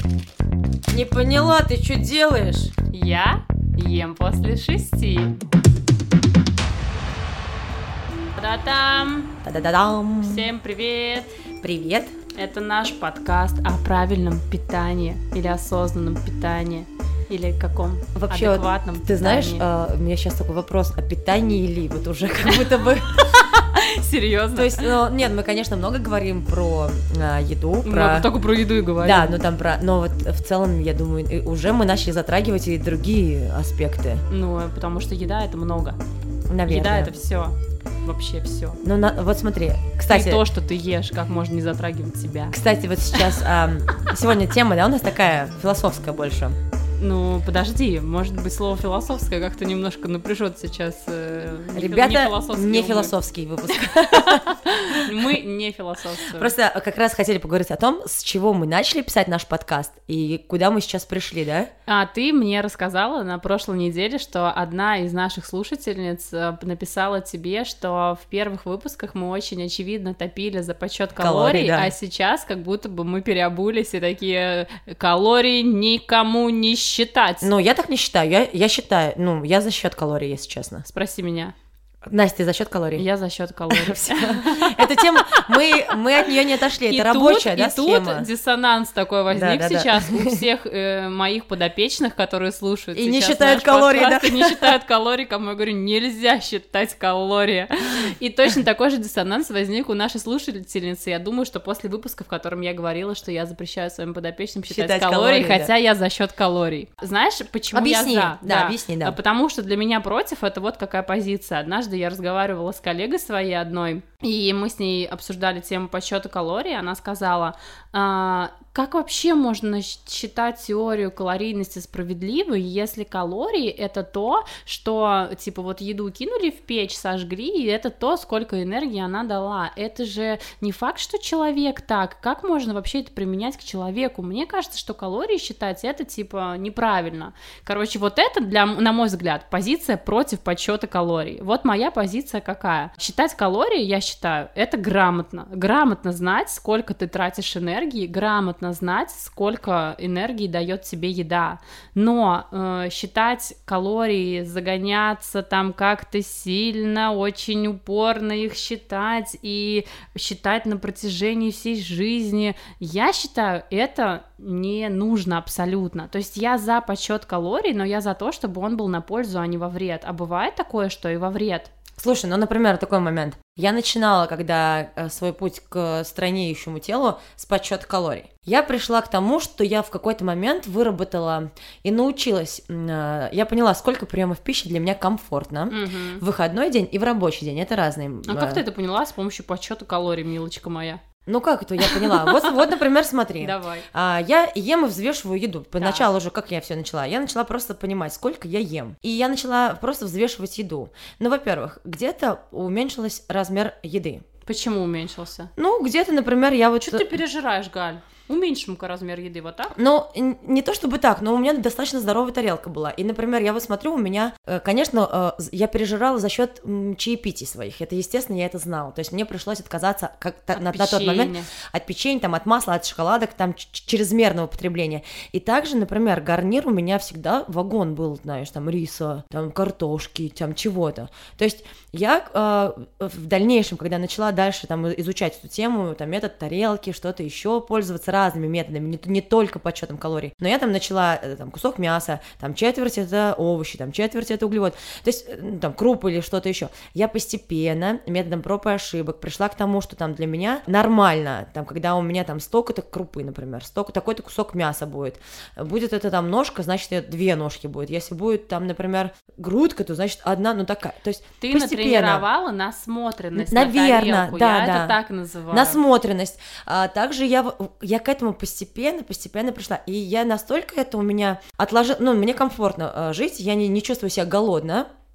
Не поняла, ты что делаешь? Я ем после 6. Та-дам! Та-да-да-дам! Всем привет! Привет! Это наш подкаст о правильном питании или осознанном питании, или каком Вообще, адекватном питании. Ты знаешь, у меня сейчас такой вопрос о питании ли, вот уже как будто бы... Серьезно? То есть, нет, мы, конечно, много говорим про еду, Мы только про еду и говорим. Да, но вот в целом, я думаю, уже мы начали затрагивать и другие аспекты. Ну, потому что еда — это много. Наверное. Еда — это все. Вообще все. Ну, вот смотри, кстати... И то, что ты ешь, как можно не затрагивать себя. Кстати, вот сейчас, сегодня тема, да, у нас такая философская больше. Ну, подожди, может быть, слово философское как-то немножко напряжет сейчас. Ребята, не философский выпуск. Мы не философствуем. Просто как раз хотели поговорить о том, с чего мы начали писать наш подкаст и куда мы сейчас пришли, да? А ты мне рассказала на прошлой неделе, что одна из наших слушательниц написала тебе, что в первых выпусках мы очень очевидно топили за подсчет калорий, да. А сейчас как будто бы мы переобулись и такие: калорий никому не считать. Ну, я так не считаю, я считаю, я за счет калорий, если честно. Спроси меня. Настя, ты за счет калорий? Я за счет калорий. Эта тема, мы от нее не отошли, это рабочая, да, схема. И тут диссонанс такой возник сейчас у всех моих подопечных, которые слушают и не считают калории, да? И не считают калорий, кому я говорю, нельзя считать калории. И точно такой же диссонанс возник у нашей слушательницы. Я думаю, что после выпуска, в котором я говорила, что я запрещаю своим подопечным считать калории, хотя я за счет калорий. Знаешь, почему я за? Да, объясни, да. Потому что для меня против — это вот какая позиция. Однажды я разговаривала с коллегой своей одной, и мы с ней обсуждали тему подсчета калорий. Она сказала: как вообще можно считать теорию калорийности справедливой, если калории — это то, что, типа, вот еду кинули в печь, сожгли, и это то, сколько энергии она дала. Это же не факт, что человек так. Как можно вообще это применять к человеку? Мне кажется, что калории считать — это, типа, неправильно. Короче, вот это, на мой взгляд, позиция против подсчета калорий. Вот моя позиция какая? Считать калории, я считаю, это грамотно. Грамотно знать, сколько ты тратишь энергии, грамотно знать, сколько энергии дает тебе еда. Но считать калории, загоняться там как-то сильно, очень упорно их считать и считать на протяжении всей жизни, я считаю, это не нужно абсолютно. То есть я за подсчет калорий, но я за то, чтобы он был на пользу, а не во вред. А бывает такое, что и во вред. Слушай, например, такой момент. Я начинала, когда свой путь к стройнеющему телу, с подсчета калорий. Я пришла к тому, что я в какой-то момент выработала и научилась, я поняла, сколько приемов пищи для меня комфортно в выходной день и в рабочий день, это разные. А как ты это поняла с помощью подсчета калорий, милочка моя? Ну как это, я поняла. Вот, например, смотри. Давай. Я ем и взвешиваю еду. Поначалу уже, как я все начала? Я начала просто понимать, сколько я ем. И я начала просто взвешивать еду. Ну, во-первых, где-то уменьшился размер еды. Почему уменьшился? Ну, где-то, например, я вот... Что ты пережираешь, Галь? Уменьшим-ка размер еды, вот так? Ну, не то чтобы так, но у меня достаточно здоровая тарелка была. И, например, я вот смотрю, у меня, конечно, я пережирала за счет чаепитий своих. Это, естественно, я это знала. То есть мне пришлось отказаться на тот момент от печенья, там, от масла, от шоколадок, там, чрезмерного потребления. И также, например, гарнир у меня всегда вагон был, знаешь, там, риса, там, картошки, там, чего-то. То есть я в дальнейшем, когда начала дальше там изучать эту тему, там, метод тарелки, что-то еще, пользоваться разными методами, не только подсчетом калорий, но я там начала там кусок мяса, там четверть это овощи, там четверть это углевод, то есть там крупы или что-то еще. Я постепенно методом проб и ошибок пришла к тому, что там для меня нормально, там, когда у меня там столько-то крупы, например, такой-то кусок мяса будет это там ножка, значит, 2 ножки будет, если будет там, например, грудка, то значит 1, такая, то есть ты постепенно. Натренировала насмотренность, наверное, на тарелку, да, я да. это так называю. Насмотренность. Также я к этому постепенно пришла, и я настолько это у меня отложила, мне комфортно жить, я не чувствую себя голодно,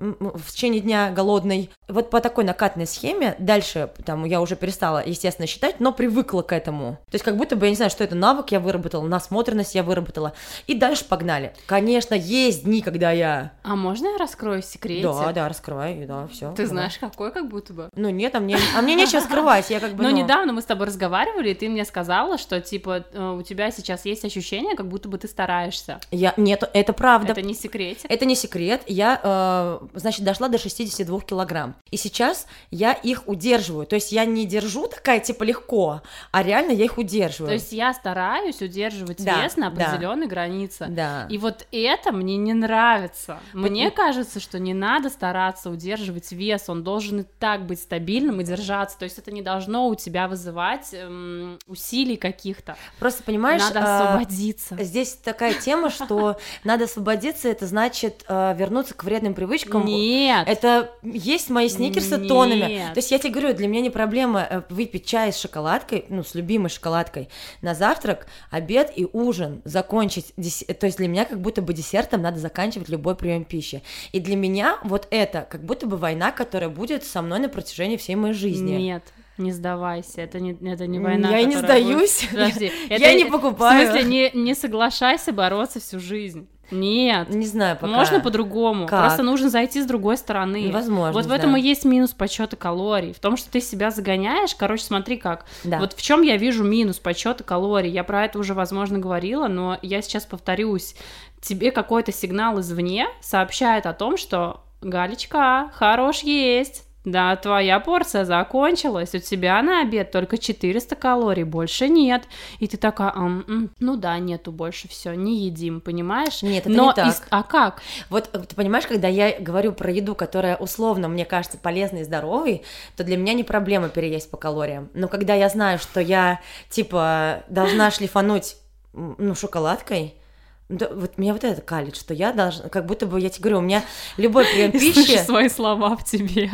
в течение дня голодной. Вот по такой накатанной схеме дальше там я уже перестала, естественно, считать, но привыкла к этому. То есть как будто бы, я не знаю, что это навык я выработала, насмотренность я выработала. И дальше погнали. Конечно, есть дни, когда я... А можно я раскрою секрет? Да, раскрывай, да, все. Ты знаешь, какой как будто бы? Ну нет, а мне нечего скрывать, я как бы... Но недавно мы с тобой разговаривали, и ты мне сказала, что, типа, у тебя сейчас есть ощущение, как будто бы ты стараешься. Нет, это правда. Это не секретик? Это не секрет. Я, значит, дошла до 62 килограмм. И сейчас я их удерживаю. То есть я не держу такая, типа, легко, а реально я их удерживаю. То есть я стараюсь удерживать вес на определенной границе. Да. И вот это мне не нравится. Мне кажется, что не надо стараться удерживать вес, он должен и так быть стабильным и держаться. То есть это не должно у тебя вызывать усилий каких-то. Просто, понимаешь... Надо освободиться. Здесь такая тема, что надо освободиться, это значит вернуться к вредным привычкам. Нет. Это есть мои сникерсы тонами. То есть я тебе говорю, для меня не проблема выпить чай с шоколадкой, ну, с любимой шоколадкой, на завтрак, обед и ужин, закончить. То есть для меня как будто бы десертом надо заканчивать любой прием пищи. И для меня вот это как будто бы война, которая будет со мной на протяжении всей моей жизни. Нет. Не сдавайся, это не война. Я не сдаюсь. Подожди, я не покупаю. В смысле, не соглашайся бороться всю жизнь. Нет. Не знаю пока. Можно по-другому. Как? Просто нужно зайти с другой стороны. Возможно. Вот в этом и есть минус подсчета калорий. В том, что ты себя загоняешь. Короче, смотри как. Да. Вот в чем я вижу минус подсчета калорий. Я про это уже, возможно, говорила, но я сейчас повторюсь. Тебе какой-то сигнал извне сообщает о том, что Галечка, хорош есть. Да, твоя порция закончилась, у тебя на обед только 400 калорий, больше нет. И ты такая, ну да, нету больше, все, не едим, понимаешь? Нет, это не так. А как? Вот ты понимаешь, когда я говорю про еду, которая условно, мне кажется, полезной и здоровой, то для меня не проблема переесть по калориям. Но когда я знаю, что я, типа, должна шлифануть, ну, шоколадкой, да, вот меня вот это калит, что я должна, как будто бы, я тебе говорю, у меня любой прием пищи... Слышу свои слова в тебе.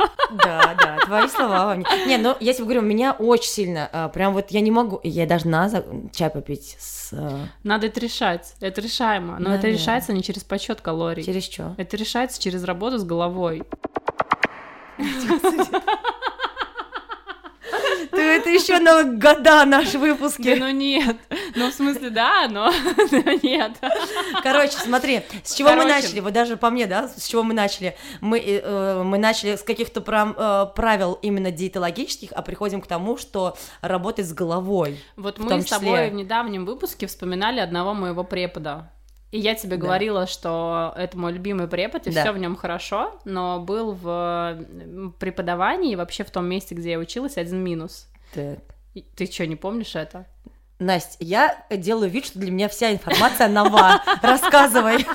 Да, твои слова во мне. Не, ну, я тебе говорю, меня очень сильно, прям вот я не могу, я должна чай попить с... Надо это решать, это решаемо, но это решается не через подсчет калорий. Через что? Это решается через работу с головой. Ты это еще на года наши выпуски. Да, ну нет. Ну, в смысле, да, но нет. Короче, смотри, с чего мы начали? Вот даже по мне, да, с чего мы начали? Мы начали с каких-то правил именно диетологических, а приходим к тому, что работать с головой. Вот мы с тобой в недавнем выпуске вспоминали одного моего препода. И я тебе говорила, что это мой любимый препод, и все в нем хорошо, но был в преподавании, вообще в том месте, где я училась, один минус. Так. Ты что, не помнишь это? Настя, я делаю вид, что для меня вся информация нова. Рассказывай.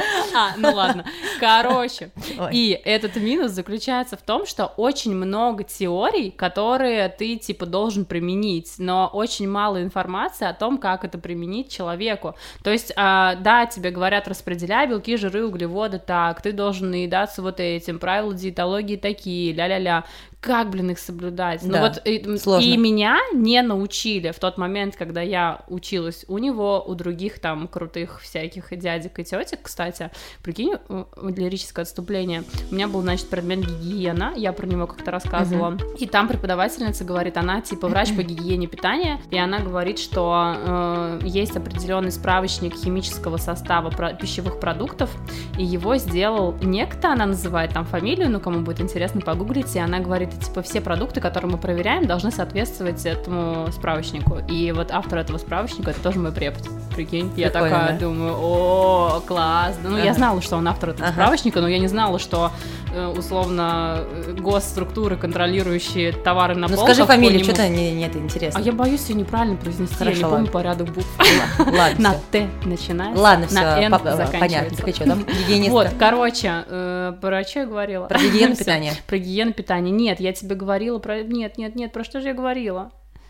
Ну ладно. Короче, и этот минус заключается в том, что очень много теорий, которые ты, типа, должен применить, но очень мало информации о том, как это применить человеку. То есть, да, тебе говорят, распределяй белки, жиры, углеводы так, ты должен наедаться вот этим, правила диетологии такие, ля-ля-ля. Как, блин, их соблюдать? Да, ну вот и меня не научили в тот момент, когда я училась у него, у других там крутых всяких дядек и тетек, кстати. Прикинь, лирическое отступление. У меня был, значит, предмет гигиена, я про него как-то рассказывала. И там преподавательница говорит, она типа врач по гигиене питания, и она говорит, что есть определенный справочник химического состава пищевых продуктов, и его сделал некто, она называет там фамилию, ну кому будет интересно, погуглите, и она говорит, типа, все продукты, которые мы проверяем, должны соответствовать этому справочнику. И вот автор этого справочника, это тоже мой препод. Прикинь, я такая думаю, о, классно. Ну, я знала, что он автор этого справочника, но я не знала, что, условно, госструктуры, контролирующие товары на полках... Ну, скажи фамилию, что-то нет, интересно. А я боюсь ее неправильно произнести, я не помню порядок букв. Ладно, на Т начинается, ладно, все, на Н понятно. заканчивается. Так и что там, гигиенистка? Вот, короче, про что я говорила? Про гигиену питания. Про гигиену питания. Нет, я тебе говорила про... Нет, про что же я говорила?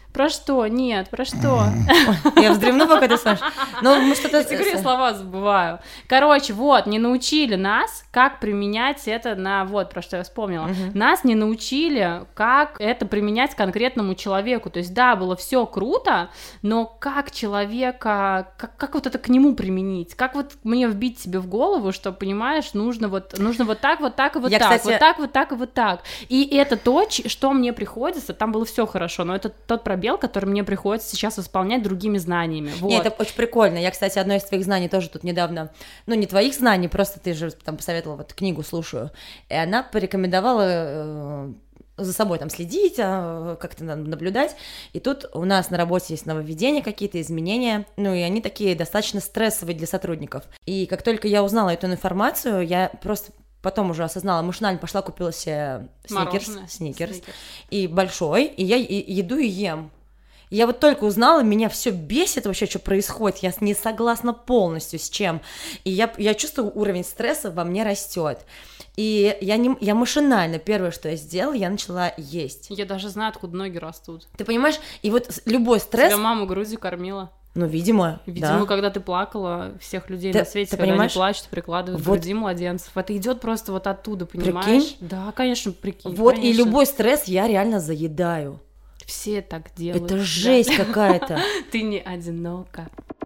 Про что? Нет, про что? Я вздремну, пока ты слышишь. Ну, мы что-то... Я слова забываю. Короче, вот, не научили нас, как применять это на... Вот, про что я вспомнила. Нас не научили, как это применять конкретному человеку. То есть, да, было все круто, но как человека... Как вот это к нему применить? Как вот мне вбить себе в голову, что, понимаешь, нужно вот так, вот так и вот так, вот так, вот так и вот так. И это то, что мне приходится... Там было все хорошо, но это тот пробел, который мне приходится сейчас восполнять другими знаниями. Вот. Нет, это очень прикольно. Я, кстати, одно из твоих знаний тоже тут недавно, ну, не твоих знаний, просто ты же там посоветовала, вот книгу слушаю, и она порекомендовала за собой там следить, как-то наблюдать, и тут у нас на работе есть нововведения какие-то, изменения, ну, и они такие достаточно стрессовые для сотрудников. И как только я узнала эту информацию, я просто... Потом уже осознала, машинально пошла, купила себе сникерс, и большой, и я еду и ем. И я вот только узнала, меня все бесит вообще, что происходит, я не согласна полностью с чем, и я чувствую, уровень стресса во мне растет. И я машинально, первое, что я сделала, я начала есть. Я даже знаю, откуда ноги растут. Ты понимаешь, и вот любой стресс... Тебя мама грудью кормила. Ну, видимо, да. Когда ты плакала, всех людей на свете, когда они плачут, прикладывают к груди младенцев. Это идет просто вот оттуда, понимаешь? Прикинь? Да, конечно, прикинь. Вот, конечно. И любой стресс я реально заедаю. Все так делают. Это жесть какая-то. Ты не одинока.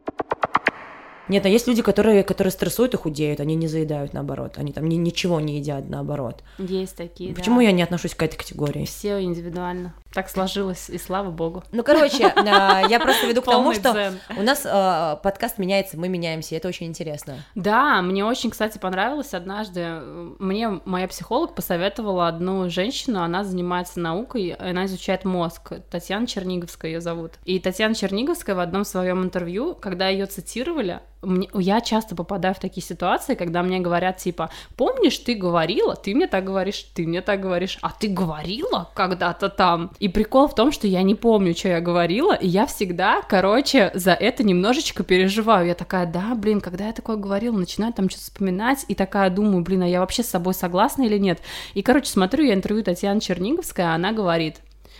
Нет, а есть люди, которые стрессуют и худеют, они не заедают, наоборот, они там ничего не едят, наоборот. Есть такие, Почему я не отношусь к этой категории? Все индивидуально. Так сложилось, и слава богу. Ну, короче, я просто веду к тому, что у нас подкаст меняется, мы меняемся, и это очень интересно. Да, мне очень, кстати, понравилось однажды. Мне моя психолог посоветовала одну женщину, она занимается наукой, она изучает мозг. Татьяна Черниговская ее зовут. И Татьяна Черниговская в одном своем интервью, когда ее цитировали, я часто попадаю в такие ситуации, когда мне говорят, типа, помнишь, ты говорила, ты мне так говоришь, а ты говорила когда-то там? И прикол в том, что я не помню, что я говорила, и я всегда, за это немножечко переживаю. Я такая, да, блин, когда я такое говорила, начинаю там что-то вспоминать, и такая думаю, блин, а я вообще с собой согласна или нет? И, смотрю я интервью Татьяны Черниговской, она говорит,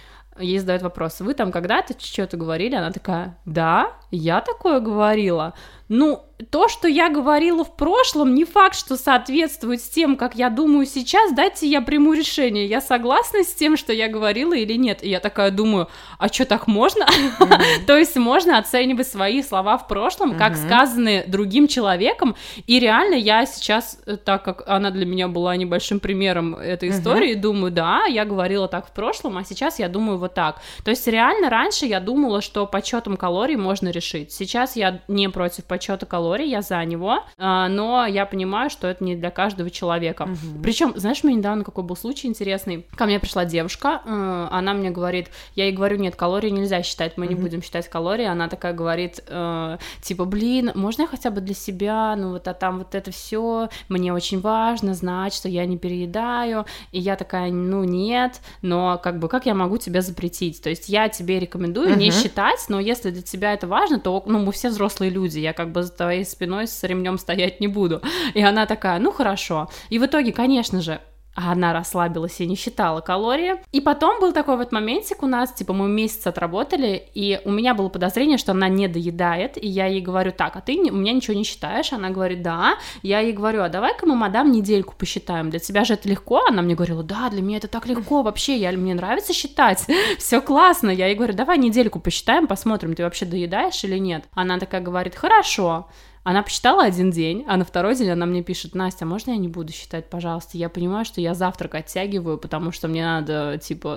ей задают вопрос, вы там когда-то что-то говорили? Она такая, да, я такое говорила. Ну, то, что я говорила в прошлом, не факт, что соответствует с тем, как я думаю сейчас, дайте я приму решение, я согласна с тем, что я говорила или нет. И я такая думаю, а что, так можно? То есть можно оценивать свои слова в прошлом, как сказанные другим человеком, и реально я сейчас, так как она для меня была небольшим примером этой истории, думаю, да, я говорила так в прошлом, а сейчас я думаю вот так. То есть реально раньше я думала, что подсчетом калорий можно решить. Сейчас я не против подсчета калорий, я за него, но я понимаю, что это не для каждого человека. Причем, знаешь, у меня недавно какой был случай интересный. Ко мне пришла девушка, она мне говорит, я ей говорю, нет, калории нельзя считать, мы не будем считать калории. Она такая говорит, типа, блин, можно я хотя бы для себя, ну вот, а там вот это все, мне очень важно знать, что я не переедаю. И я такая, ну нет, но как я могу тебя запретить? То есть я тебе рекомендую не считать, но если для тебя это важно, то, мы все взрослые люди, я за твоей спиной с ремнем стоять не буду. И она такая, ну хорошо. И в итоге, конечно же, она расслабилась и не считала калории. И потом был такой вот моментик у нас, типа мы месяц отработали, и у меня было подозрение, что она не доедает, и я ей говорю, так, а ты у меня ничего не считаешь? Она говорит, да. Я ей говорю, а давай-ка мы, мадам, недельку посчитаем, для тебя же это легко? Она мне говорила, да, для меня это так легко вообще, мне нравится считать, все классно. Я ей говорю, давай недельку посчитаем, посмотрим, ты вообще доедаешь или нет? Она такая говорит, хорошо. Она посчитала один день, а на второй день она мне пишет, Настя, можно я не буду считать, пожалуйста? Я понимаю, что я завтрак оттягиваю, потому что мне надо,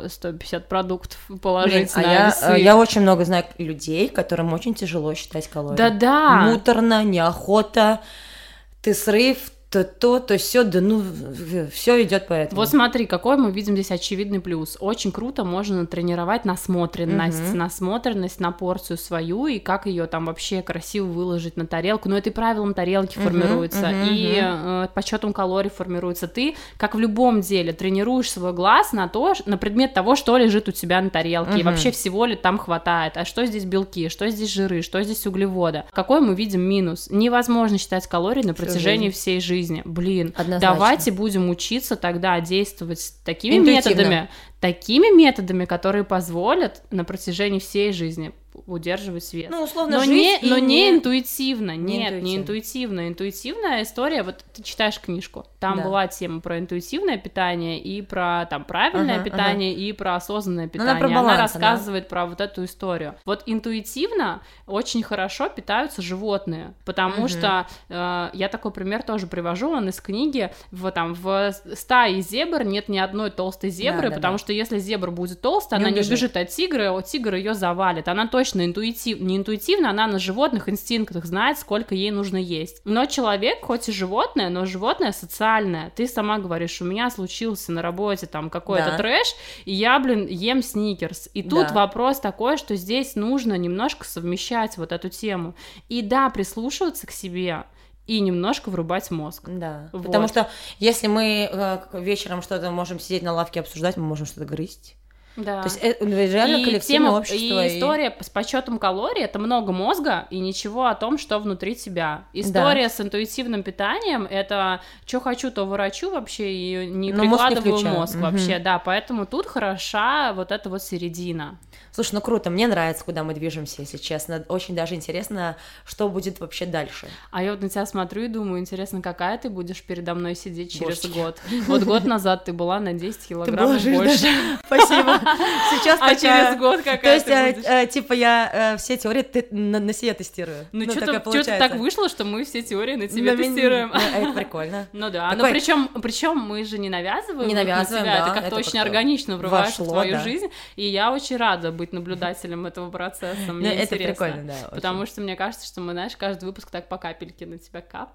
150 продуктов положить на весы. Я очень много знаю людей, которым очень тяжело считать калории. Да-да. Муторно, неохота, ты срыв, то все, все идет по этому. Вот смотри, какой мы видим здесь очевидный плюс. Очень круто можно натренировать насмотренность на порцию свою, и как ее там вообще красиво выложить на тарелку. Но это и правилом тарелки формируется, и подсчетом калорий формируется. Ты, как в любом деле, тренируешь свой глаз на предмет того, что лежит у тебя на тарелке, и вообще всего ли там хватает, а что здесь белки, что здесь жиры, что здесь углеводы. Какой мы видим минус? Невозможно считать калории на протяжении всей жизни. жизни. Блин, Однозначно. давайте будем учиться тогда действовать такими методами, которые позволят на протяжении всей жизни удерживать вес. Ну, условно, но жизнь не интуитивно. Не Нет, не интуитивно. Интуитивная история, вот ты читаешь книжку, там была тема про интуитивное питание и про там правильное питание и про осознанное питание. Она рассказывает про вот эту историю. Вот интуитивно очень хорошо питаются животные, потому что я такой пример тоже привожу, он из книги, в стае зебр нет ни одной толстой зебры, потому что если зебра будет толстая, она не убежит от тигра, тигр ее завалит. Она точно не интуитивно, она на животных инстинктах знает, сколько ей нужно есть. Но человек, хоть и животное, но животное социальное. Ты сама говоришь, у меня случился на работе там какой-то трэш, и я, ем сникерс. И тут вопрос такой, что здесь нужно немножко совмещать вот эту тему. И прислушиваться к себе, и немножко врубать мозг. Да, вот. Потому что если мы вечером что-то можем сидеть на лавке обсуждать, мы можем что-то грызть. Да. То есть реально коллективное общество. И история с подсчетом калорий — это много мозга и ничего о том, что внутри тебя. История с интуитивным питанием — это что хочу, то ворочу вообще, и не прикладываю мозг вообще. Да, поэтому тут хороша вот эта вот середина. Слушай, ну круто, мне нравится, куда мы движемся, если честно. Очень даже интересно, что будет вообще дальше. А я вот на тебя смотрю и думаю, интересно, какая ты будешь передо мной сидеть через год. Вот год назад ты была на 10 килограммов больше. Спасибо. Сейчас такая... через год какая ты будешь? То есть, типа, я все теории на себе тестирую. Ну, что-то так вышло, что мы все теории на тебе тестируем. Это прикольно. Ну да, но причем мы же не навязываем на себя, это как-то очень органично врывается в твою жизнь, и я очень рада быть наблюдателем этого процесса, мне интересно. Это прикольно, да. Потому что мне кажется, что мы, знаешь, каждый выпуск так по капельке на тебя кап.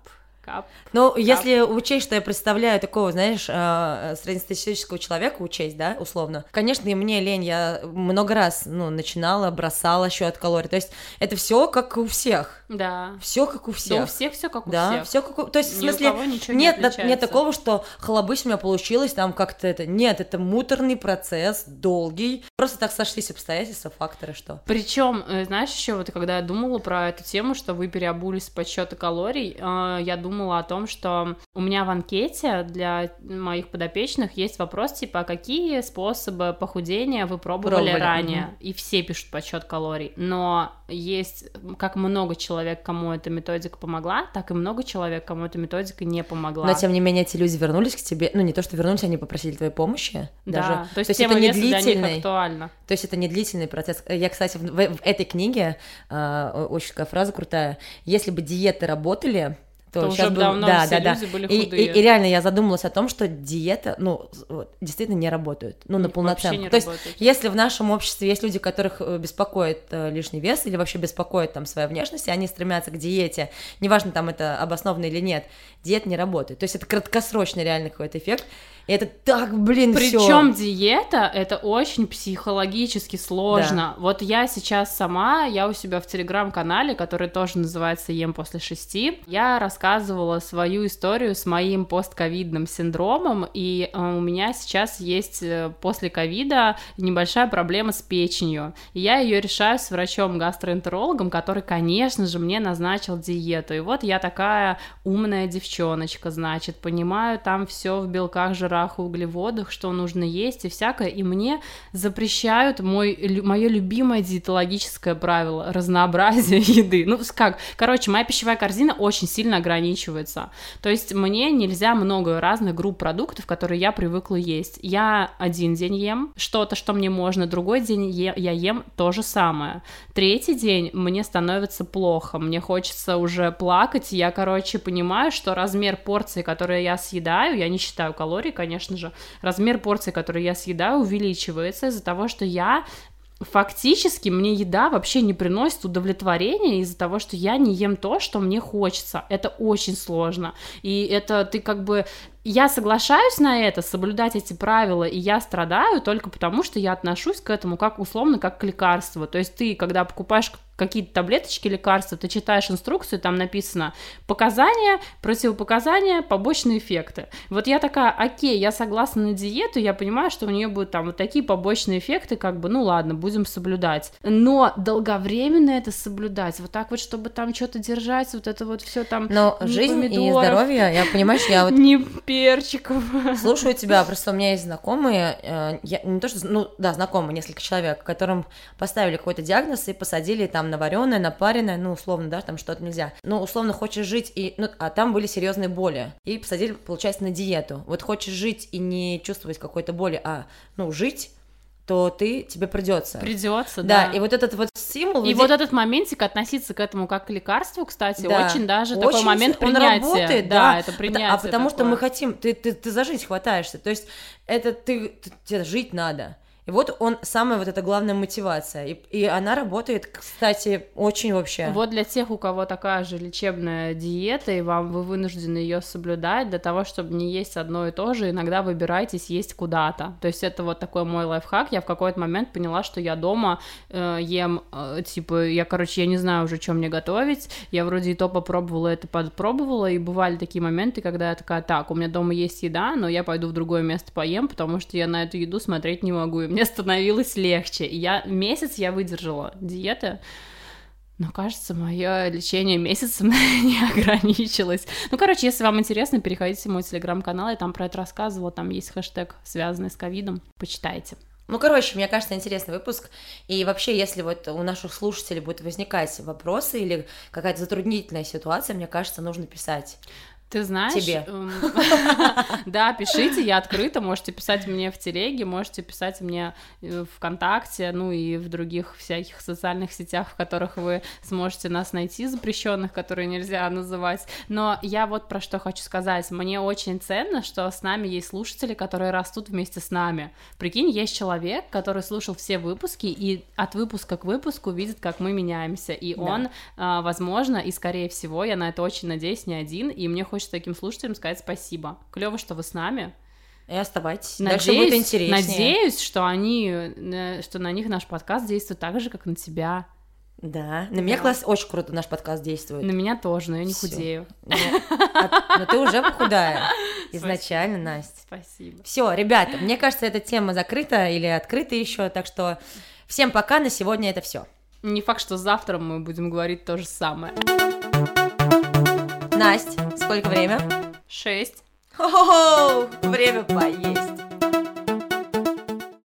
Ну, если учесть, что я представляю такого, знаешь, среднестатистического человека, да, условно, конечно, и мне лень, я много раз, начинала, бросала счет калорий, то есть это все как у всех. Да. Все как у всех. Да, у всех все как у всех. Да, все как у... То есть, в смысле, нет такого, что хлобысь у меня получилось, там как-то это... Нет, это муторный процесс, долгий, просто так сошлись обстоятельства, факторы, что... Причем, знаешь, еще вот когда я думала про эту тему, что вы переобулись с подсчета калорий, я думала о том, что у меня в анкете для моих подопечных есть вопрос, типа, какие способы похудения вы пробовали ранее? И все пишут подсчет калорий, но есть как много человек, кому эта методика помогла, так и много человек, кому эта методика не помогла. Но, тем не менее, эти люди вернулись к тебе, не то, что вернулись, они попросили твоей помощи. Да, даже. То есть тема веса для них актуальна. То есть это не длительный процесс. Я, кстати, в этой книге, очень такая фраза крутая, если бы диеты работали, то уже давно все люди были худые. И реально я задумалась о том, что диета, действительно не работает, на полноценку. То есть, если в нашем обществе есть люди, которых беспокоит лишний вес или вообще беспокоит там своя внешность, и они стремятся к диете, неважно, там это обоснованно или нет, диета не работает. То есть это краткосрочный реально какой-то эффект. И это так, Причем диета — это очень психологически сложно. Да. Вот я сейчас сама, я у себя в телеграм-канале, который тоже называется «Ем после 6», я рассказывала свою историю с моим постковидным синдромом, и у меня сейчас есть после ковида небольшая проблема с печенью. И я ее решаю с врачом-гастроэнтерологом, который, конечно же, мне назначил диету. И вот я такая умная девчоночка, значит, понимаю там все в белках, жирах, углеводах, что нужно есть и всякое, и мне запрещают мое любимое диетологическое правило — разнообразие еды. Моя пищевая корзина очень сильно ограничивается, то есть мне нельзя много разных групп продуктов, которые я привыкла есть. Я один день ем что-то, что мне можно, другой день я ем то же самое, третий день мне становится плохо, мне хочется уже плакать, я, понимаю, что размер порции, которую я съедаю, я не считаю калорий, конечно же, размер порции, которую я съедаю, увеличивается из-за того, что фактически мне еда вообще не приносит удовлетворения из-за того, что я не ем то, что мне хочется. Это очень сложно. И это я соглашаюсь на это, соблюдать эти правила, и я страдаю только потому, что я отношусь к этому как к лекарству. То есть ты, когда покупаешь какие-то таблеточки, лекарства, ты читаешь инструкцию, там написано показания, противопоказания, побочные эффекты. Вот я такая, окей, я согласна на диету, я понимаю, что у нее будут там вот такие побочные эффекты, как бы, ну ладно, будем соблюдать. Но долговременно это соблюдать, вот так вот, чтобы там что-то держать, вот это вот все там. Но жизнь и здоровье, я, понимаешь, я вот... Не перчиков. Слушаю тебя, просто у меня есть знакомые, не то что, ну да, знакомые, несколько человек, которым поставили какой-то диагноз и посадили там на вареное, на пареное, ну условно, да, там что-то нельзя. Ну условно хочешь жить, и, ну, а там были серьезные боли, и посадили, получается, на диету. Вот хочешь жить и не чувствовать какой-то боли, а, ну, жить, то тебе придется. Придется, да. да. И вот этот вот стимул... И вот этот моментик относиться к этому как к лекарству, кстати, да, очень даже очень такой момент принятия. Он работает, да, это принятие. А потому такое. что мы хотим... Ты за жизнь хватаешься. То есть это тебе жить надо. И вот он, самая вот эта главная мотивация. И она работает, кстати, очень вообще. Вот для тех, у кого такая же лечебная диета, и вы вынуждены ее соблюдать, для того, чтобы не есть одно и то же, иногда выбирайтесь есть куда-то. То есть это вот такой мой лайфхак. Я в какой-то момент поняла, что я дома ем, типа, я не знаю уже, что мне готовить. Я вроде и то попробовала, это подпробовала, и бывали такие моменты, когда я такая, так, у меня дома есть еда, но я пойду в другое место поем, потому что я на эту еду смотреть не могу. И мне становилось легче. И месяц я выдержала диеты, но, кажется, мое лечение месяцем не ограничилось. Ну, короче, если вам интересно, переходите в мой телеграм-канал, я там про это рассказывала, там есть хэштег, связанный с ковидом, почитайте. Ну, короче, мне кажется, интересный выпуск, и вообще, если вот у наших слушателей будут возникать вопросы или какая-то затруднительная ситуация, мне кажется, нужно писать. Ты знаешь, тебе. Да, пишите, я открыта, можете писать мне в телеге, можете писать мне ВКонтакте, ну и в других всяких социальных сетях, в которых вы сможете нас найти, запрещенных, которые нельзя называть. Но я вот про что хочу сказать. Мне очень ценно, что с нами есть слушатели, которые растут вместе с нами. Прикинь, есть человек, который слушал все выпуски и от выпуска к выпуску видит, как мы меняемся, и он, возможно, и скорее всего, я на это очень надеюсь, не один, и мне хочется таким слушателям сказать спасибо. Клево, что вы с нами. И оставайтесь. Дальше будет интереснее. Надеюсь, что на них наш подкаст действует так же, как на тебя. Да. На меня очень круто наш подкаст действует. На меня тоже, но я не худею. Но ты уже похудая. Изначально, Настя. Спасибо. Все, ребята, мне кажется, эта тема закрыта или открыта еще, так что всем пока, на сегодня это все. Не факт, что завтра мы будем говорить то же самое. Настя, сколько время? 6. Хо-хо-хо! Время поесть.